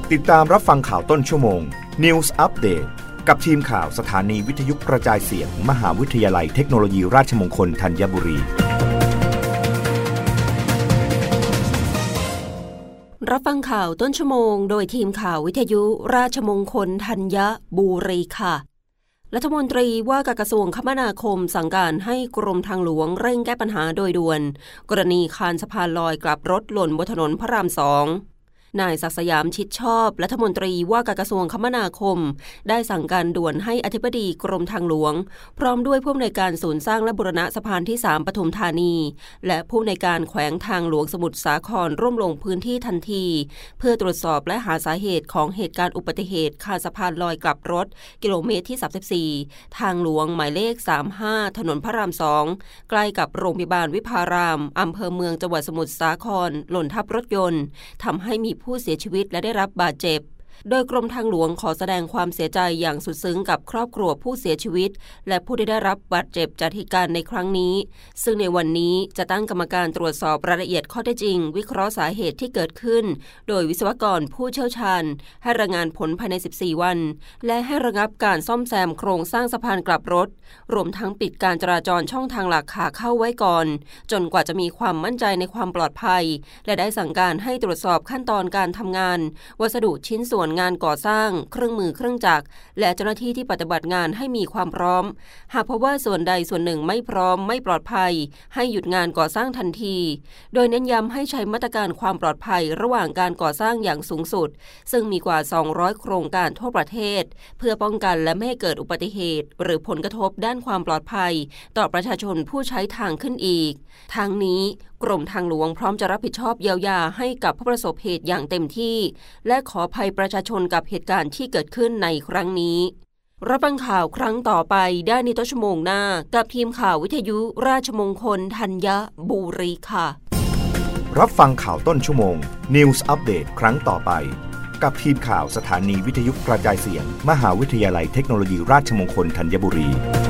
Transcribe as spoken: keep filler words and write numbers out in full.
ติดตามรับฟังข่าวต้นชั่วโมง News Update กับทีมข่าวสถานีวิทยุกระจายเสียง มหาวิทยาลัยเทคโนโลยีราชมงคลธัญบุรีรับฟังข่าวต้นชั่วโมงโดยทีมข่าววิทยุราชมงคลธัญบุรีค่ะรัฐมนตรีว่าการกระทรวงคมนาคมสั่งการให้กรมทางหลวงเร่งแก้ปัญหาโดยด่วนกรณีคานสะพานลอยกลับรถหล่นบนถนนพระรามสองนายศักดิ์สยามชิดชอบรัฐมนตรีว่าการกระทรวงคมนาคมได้สั่งการด่วนให้อธิบดีกรมทางหลวงพร้อมด้วยผู้อำนวยการศูนย์สร้างและบูรณะสะพานที่สามปทุมธานีและผู้อำนวยการแขวงทางหลวงสมุทรสาครร่วมลงพื้นที่ทันทีเพื่อตรวจสอบและหาสาเหตุของเหตุการณ์อุบัติเหตุคานสะพานลอยกลับรถกิโลเมตรที่สามสิบสี่ทางหลวงหมายเลขสามสิบห้าถนนพระรามสองใกล้กับโรงพยาบาลวิภารามอำเภอเมืองจังหวัดสมุทรสาครหล่นทับรถยนต์ทำให้มีผู้เสียชีวิตและได้รับบาดเจ็บโดยกรมทางหลวงขอแสดงความเสียใจอย่างสุดซึ้งกับครอบครัวผู้เสียชีวิตและผู้ที่ได้รับบาดเจ็บจากเหตุการณ์ในครั้งนี้ซึ่งในวันนี้จะตั้งกรรมการตรวจสอบรายละเอียดข้อเท็จจริงวิเคราะห์สาเหตุที่เกิดขึ้นโดยวิศวกรผู้เชี่ยวชาญให้รายงานผลภายในสิบสี่วันและให้ระงับการซ่อมแซมโครงสร้างสะพานกลับรถรวมทั้งปิดการจราจรช่องทางหลักขาเข้าไว้ก่อนจนกว่าจะมีความมั่นใจในความปลอดภัยและได้สั่งการให้ตรวจสอบขั้นตอนการทำงานวัสดุชิ้นส่วนงานก่อสร้างเครื่องมือเครื่องจักรและเจ้าหน้าที่ที่ปฏิบัติงานให้มีความพร้อมหากพบว่าส่วนใดส่วนหนึ่งไม่พร้อมไม่ปลอดภัยให้หยุดงานก่อสร้างทันทีโดยเน้นย้ำให้ใช้มาตรการความปลอดภัยระหว่างการก่อสร้างอย่างสูงสุดซึ่งมีกว่าสองร้อยโครงการทั่วประเทศเพื่อป้องกันและไม่ให้เกิดอุบัติเหตุหรือผลกระทบด้านความปลอดภัยต่อประชาชนผู้ใช้ทางขึ้นอีกทางนี้กรมทางหลวงพร้อมจะรับผิดชอบเยียวยาให้กับผู้ประสบเหตุอย่างเต็มที่และขออภัยประชาชนกับเหตุการณ์ที่เกิดขึ้นในครั้งนี้รับฟังข่าวครั้งต่อไปได้ในต้นชั่วโมงหน้ากับทีมข่าววิทยุราชมงคลธัญบุรีค่ะรับฟังข่าวต้นชั่วโมง News Update ครั้งต่อไปกับทีมข่าวสถานีวิทยุกระจายเสียงมหาวิทยาลัยเทคโนโลยีราชมงคลธัญบุรี